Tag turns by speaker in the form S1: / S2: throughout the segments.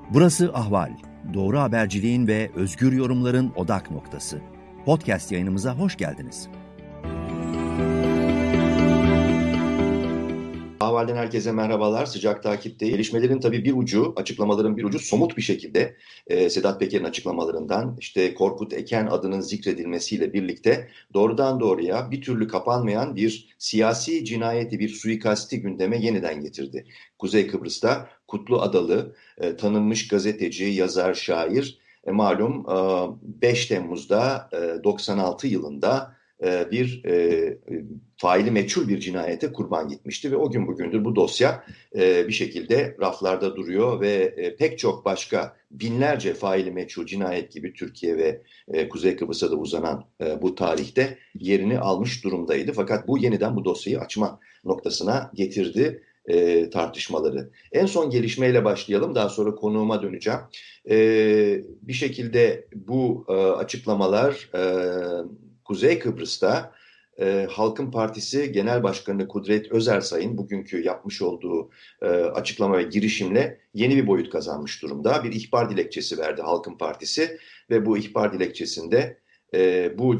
S1: Burası Ahval. Doğru haberciliğin ve özgür yorumların odak noktası. Podcast yayınımıza hoş geldiniz.
S2: Ahval'den herkese merhabalar. Sıcak takipte. Gelişmelerin tabii bir ucu, açıklamaların bir ucu somut bir şekilde Sedat Peker'in açıklamalarından işte Korkut Eken adının zikredilmesiyle birlikte doğrudan doğruya bir türlü kapanmayan bir siyasi cinayeti, bir suikasti gündeme yeniden getirdi. Kuzey Kıbrıs'ta Kutlu Adalı, tanınmış gazeteci, yazar, şair, malum 5 Temmuz'da 96 yılında bir faili meçhul bir cinayete kurban gitmişti ve o gün bugündür bu dosya bir şekilde raflarda duruyor ve pek çok başka binlerce faili meçhul cinayet gibi Türkiye ve Kuzey Kıbrıs'a da uzanan bu tarihte yerini almış durumdaydı. Fakat bu yeniden bu dosyayı açma noktasına getirdi tartışmaları. En son gelişmeyle başlayalım, daha sonra konuğuma döneceğim. Bir şekilde bu açıklamalar Kuzey Kıbrıs'ta Halkın Partisi Genel Başkanı Kudret Özersay'ın bugünkü yapmış olduğu açıklama ve girişimle yeni bir boyut kazanmış durumda. Bir ihbar dilekçesi verdi Halkın Partisi ve bu ihbar dilekçesinde bu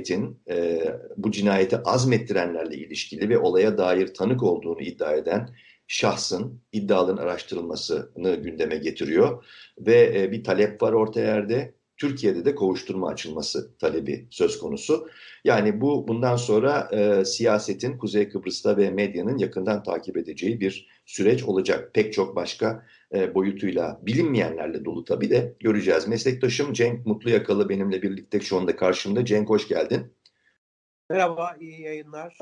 S2: cinayeti azmettirenlerle ilişkili ve olaya dair tanık olduğunu iddia eden şahsın iddiaların araştırılmasını gündeme getiriyor ve bir talep var orta yerde. Türkiye'de de kovuşturma açılması talebi söz konusu. Yani bundan sonra siyasetin Kuzey Kıbrıs'ta ve medyanın yakından takip edeceği bir süreç olacak. Pek çok başka boyutuyla, bilinmeyenlerle dolu tabii de göreceğiz. Meslektaşım Cenk Mutluyakalı benimle birlikte şu anda karşımda. Cenk, hoş geldin.
S3: Merhaba, iyi yayınlar.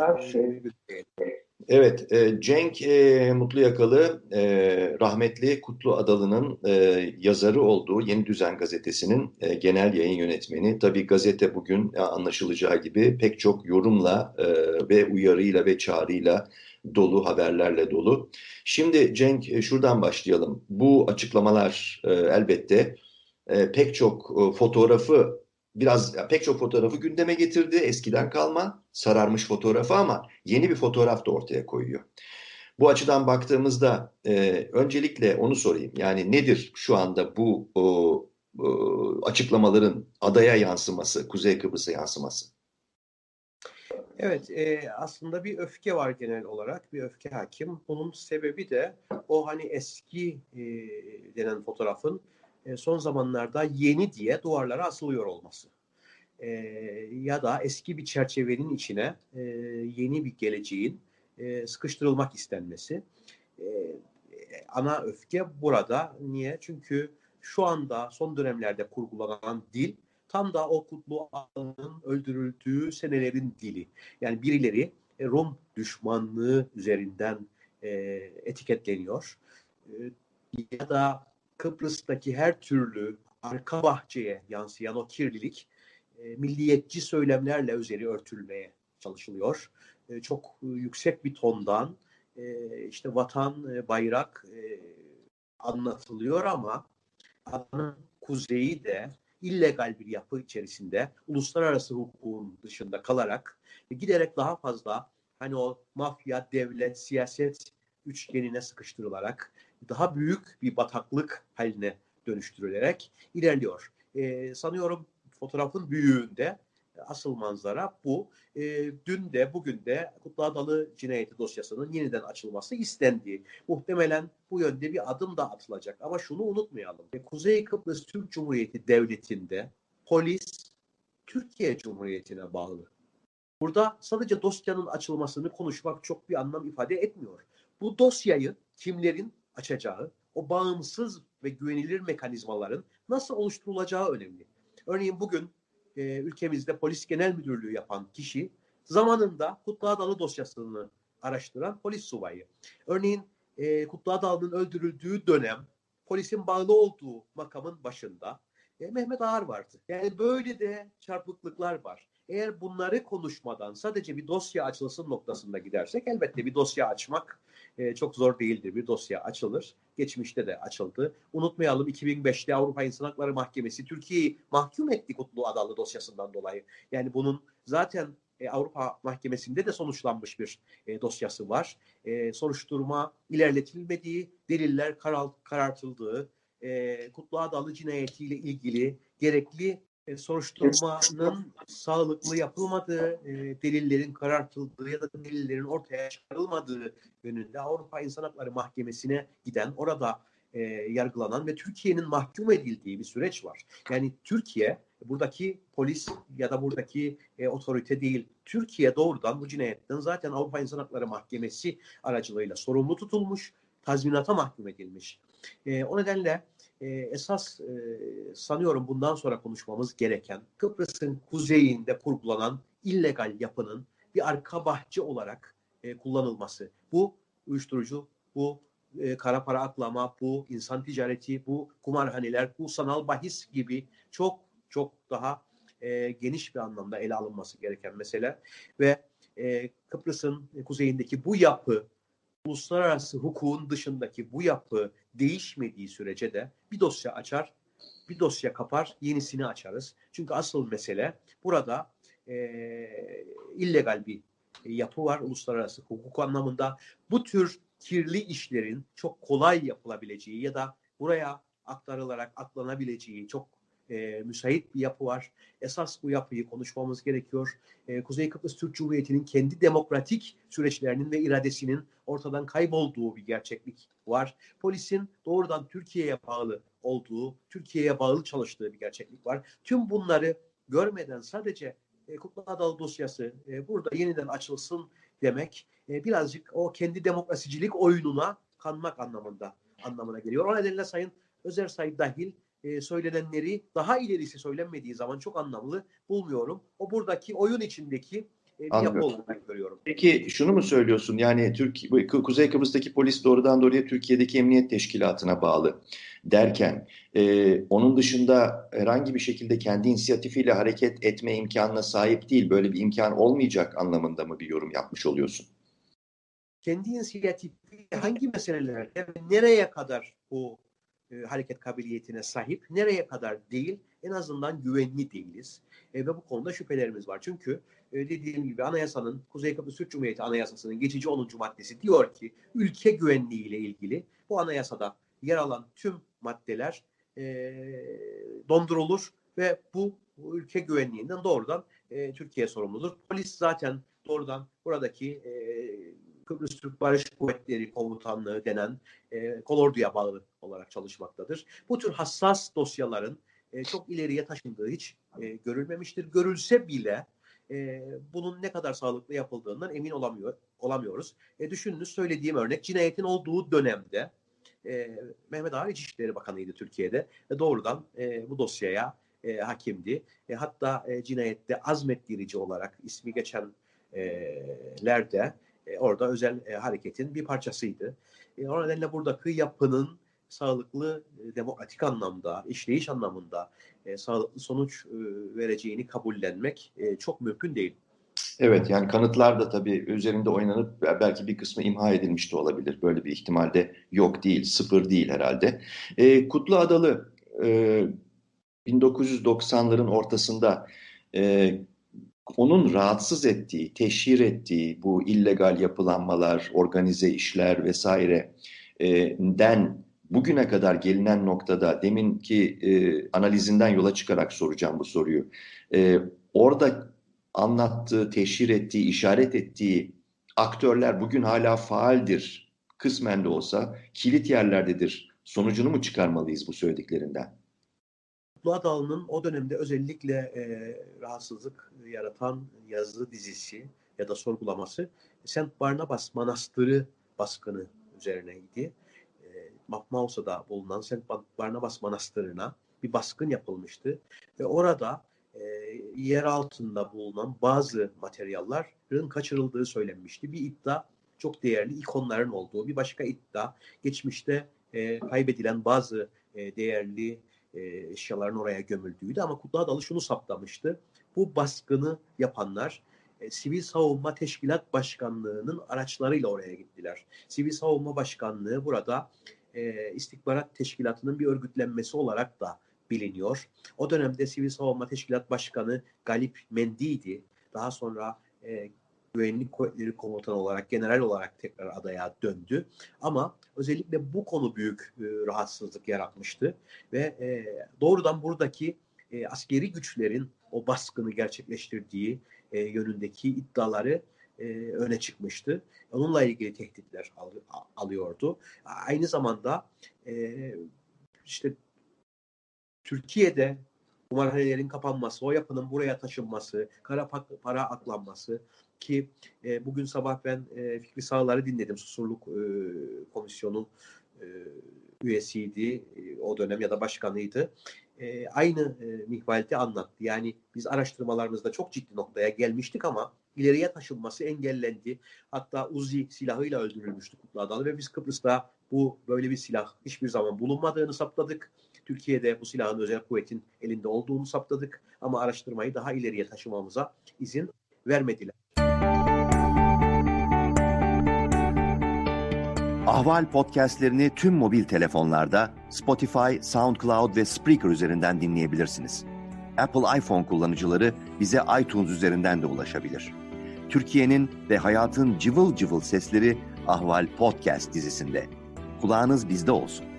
S2: Evet, Cenk Mutluyakalı rahmetli Kutlu Adalı'nın yazarı olduğu Yeni Düzen Gazetesi'nin genel yayın yönetmeni. Tabii gazete bugün anlaşılacağı gibi pek çok yorumla ve uyarıyla ve çağrıyla dolu, haberlerle dolu. Şimdi Cenk, şuradan başlayalım. Bu açıklamalar elbette pek çok pek çok fotoğrafı gündeme getirdi. Eskiden kalma, sararmış fotoğrafı ama yeni bir fotoğraf da ortaya koyuyor. Bu açıdan baktığımızda öncelikle onu sorayım. Yani nedir şu anda bu açıklamaların adaya yansıması, Kuzey Kıbrıs'a yansıması?
S3: Evet, aslında bir öfke var genel olarak, bir öfke hakim. Bunun sebebi de o hani eski denen fotoğrafın son zamanlarda yeni diye duvarlara asılıyor olması. Ya da eski bir çerçevenin içine yeni bir geleceğin sıkıştırılmak istenmesi. Ana öfke burada. Niye? Çünkü şu anda son dönemlerde kurgulanan dil tam da o Kutlu Adalı'nın öldürüldüğü senelerin dili. Yani birileri Rum düşmanlığı üzerinden etiketleniyor. Ya da Kıbrıs'taki her türlü arka bahçeye yansıyan o kirlilik milliyetçi söylemlerle üzeri örtülmeye çalışılıyor. Çok yüksek bir tondan işte vatan, bayrak anlatılıyor ama adanın kuzeyi de illegal bir yapı içerisinde uluslararası hukukun dışında kalarak giderek daha fazla hani o mafya, devlet, siyaset üçgenine sıkıştırılarak daha büyük bir bataklık haline dönüştürülerek ilerliyor. Sanıyorum fotoğrafın büyüğünde asıl manzara bu. Dün de bugün de Kutlu Adalı cinayeti dosyasının yeniden açılması istendi. Muhtemelen bu yönde bir adım da atılacak. Ama şunu unutmayalım. Kuzey Kıbrıs Türk Cumhuriyeti Devleti'nde polis Türkiye Cumhuriyeti'ne bağlı. Burada sadece dosyanın açılmasını konuşmak çok bir anlam ifade etmiyor. Bu dosyayı kimlerin açacağı, o bağımsız ve güvenilir mekanizmaların nasıl oluşturulacağı önemli. Örneğin bugün ülkemizde Polis Genel Müdürlüğü yapan kişi zamanında Kutlu Adalı dosyasını araştıran polis subayı. Örneğin Kutlu Adalı'nın öldürüldüğü dönem polisin bağlı olduğu makamın başında Mehmet Ağar vardı. Yani böyle de çarpıklıklar var. Eğer bunları konuşmadan sadece bir dosya açılsın noktasında gidersek elbette bir dosya açmak çok zor değildir. Bir dosya açılır. Geçmişte de açıldı. Unutmayalım 2005'te Avrupa İnsan Hakları Mahkemesi Türkiye'yi mahkum etti Kutlu Adalı dosyasından dolayı. Yani bunun zaten Avrupa Mahkemesi'nde de sonuçlanmış bir dosyası var. Soruşturma ilerletilmediği, deliller karartıldığı, Kutlu Adalı cinayetiyle ilgili gerekli soruşturmanın sağlıklı yapılmadığı, delillerin karartıldığı ya da delillerin ortaya çıkarılmadığı yönünde Avrupa İnsan Hakları Mahkemesi'ne giden, orada yargılanan ve Türkiye'nin mahkum edildiği bir süreç var. Yani Türkiye, buradaki polis ya da buradaki otorite değil, Türkiye doğrudan bu cinayetten zaten Avrupa İnsan Hakları Mahkemesi aracılığıyla sorumlu tutulmuş, tazminata mahkum edilmiş. O nedenle esas sanıyorum bundan sonra konuşmamız gereken Kıbrıs'ın kuzeyinde kurgulanan illegal yapının bir arka bahçe olarak kullanılması. Bu uyuşturucu, bu kara para aklama, bu insan ticareti, bu kumarhaneler, bu sanal bahis gibi çok çok daha geniş bir anlamda ele alınması gereken mesele ve Kıbrıs'ın kuzeyindeki bu yapı, uluslararası hukukun dışındaki bu yapı değişmediği sürece de bir dosya açar, bir dosya kapar, yenisini açarız. Çünkü asıl mesele burada illegal bir yapı var uluslararası hukuk anlamında. Bu tür kirli işlerin çok kolay yapılabileceği ya da buraya aktarılarak aklanabileceği çok müsait bir yapı var. Esas bu yapıyı konuşmamız gerekiyor. Kuzey Kıbrıs Türk Cumhuriyeti'nin kendi demokratik süreçlerinin ve iradesinin ortadan kaybolduğu bir gerçeklik var. Polisin doğrudan Türkiye'ye bağlı olduğu, Türkiye'ye bağlı çalıştığı bir gerçeklik var. Tüm bunları görmeden sadece Kutlu Adalı dosyası burada yeniden açılsın demek birazcık o kendi demokrasicilik oyununa kanmak anlamına geliyor. O nedenle Sayın Özersay dahil söylenenleri daha ilerisi söylenmediği zaman çok anlamlı bulmuyorum. O buradaki oyun içindeki bir yapı olarak görüyorum.
S2: Peki şunu mu söylüyorsun? Yani Kuzey Kıbrıs'taki polis doğrudan doğruya Türkiye'deki emniyet teşkilatına bağlı derken onun dışında herhangi bir şekilde kendi inisiyatifiyle hareket etme imkanına sahip değil. Böyle bir imkan olmayacak anlamında mı bir yorum yapmış oluyorsun?
S3: Kendi inisiyatifi hangi meselelerde nereye kadar bu hareket kabiliyetine sahip, nereye kadar değil, en azından güvenli değiliz. Ve bu konuda şüphelerimiz var. Çünkü dediğim gibi anayasanın, Kuzey Kıbrıs Türk Cumhuriyeti Anayasası'nın geçici 10. maddesi diyor ki ülke güvenliği ile ilgili bu anayasada yer alan tüm maddeler dondurulur ve bu ülke güvenliğinden doğrudan Türkiye sorumludur. Polis zaten doğrudan buradaki Kıbrıs Türk Barış Kuvvetleri Komutanlığı denen kolorduya bağlı olarak çalışmaktadır. Bu tür hassas dosyaların çok ileriye taşındığı hiç görülmemiştir. Görülse bile bunun ne kadar sağlıklı yapıldığından emin olamıyoruz. Düşününüz, söylediğim örnek cinayetin olduğu dönemde Mehmet Ağar İçişleri Bakanı'ydı Türkiye'de ve doğrudan bu dosyaya hakimdi. Hatta cinayette azmettirici olarak ismi geçenlerde orada özel hareketin bir parçasıydı. O nedenle buradaki yapının sağlıklı, demokratik anlamda, işleyiş anlamında sağlıklı sonuç vereceğini kabullenmek çok mümkün değil.
S2: Evet, yani kanıtlar da tabii üzerinde oynanıp belki bir kısmı imha edilmiş de olabilir. Böyle bir ihtimal de yok değil, sıfır değil herhalde. Kutlu Adalı 1990'ların ortasında onun rahatsız ettiği, teşhir ettiği bu illegal yapılanmalar, organize işler vesaire den bugüne kadar gelinen noktada deminki analizinden yola çıkarak soracağım bu soruyu. Orada anlattığı, teşhir ettiği, işaret ettiği aktörler bugün hala faaldir. Kısmen de olsa kilit yerlerdedir. Sonucunu mu çıkarmalıyız bu söylediklerinden?
S3: Kutlu Adalı'nın o dönemde özellikle rahatsızlık yaratan yazı dizisi ya da sorgulaması St. Barnabas Manastırı baskını üzerineydi. Mafmausa'da bulunan St. Barnabas Manastırı'na bir baskın yapılmıştı ve orada yer altında bulunan bazı materyallerin kaçırıldığı söylenmişti. Bir iddia, çok değerli ikonların olduğu, bir başka iddia geçmişte kaybedilen bazı değerli eşyaların oraya gömüldüğüydü. Ama Kutlu Adalı şunu saptamıştı: bu baskını yapanlar Sivil Savunma Teşkilat Başkanlığı'nın araçlarıyla oraya gittiler. Sivil Savunma Başkanlığı burada istihbarat teşkilatının bir örgütlenmesi olarak da biliniyor. O dönemde Sivil Savunma Teşkilat Başkanı Galip Mendi'ydi. Daha sonra Güvenlik Kuvvetleri Komutanı olarak, general olarak tekrar adaya döndü. Ama özellikle bu konu büyük rahatsızlık yaratmıştı. Ve doğrudan buradaki askeri güçlerin o baskını gerçekleştirdiği yönündeki iddiaları öne çıkmıştı. Onunla ilgili tehditler alıyordu. Aynı zamanda işte Türkiye'de kumarhanelerin kapanması, o yapının buraya taşınması, kara para aklanması ki bugün sabah ben Fikri Sağlar'ı dinledim. Susurluk Komisyonu üyesiydi o dönem ya da başkanıydı. Aynı minvalde anlattı. Yani biz araştırmalarımızda çok ciddi noktaya gelmiştik ama ileriye taşınması engellendi. Hatta Uzi silahıyla öldürülmüştü Kutlu Adalı ve biz Kıbrıs'ta bu böyle bir silah hiçbir zaman bulunmadığını saptadık. Türkiye'de bu silahın özel kuvvetin elinde olduğunu saptadık ama araştırmayı daha ileriye taşımamıza izin vermediler.
S1: Ahval podcastlerini tüm mobil telefonlarda Spotify, SoundCloud ve Spreaker üzerinden dinleyebilirsiniz. Apple iPhone kullanıcıları bize iTunes üzerinden de ulaşabilir. Türkiye'nin ve hayatın cıvıl cıvıl sesleri Ahval Podcast dizisinde. Kulağınız bizde olsun.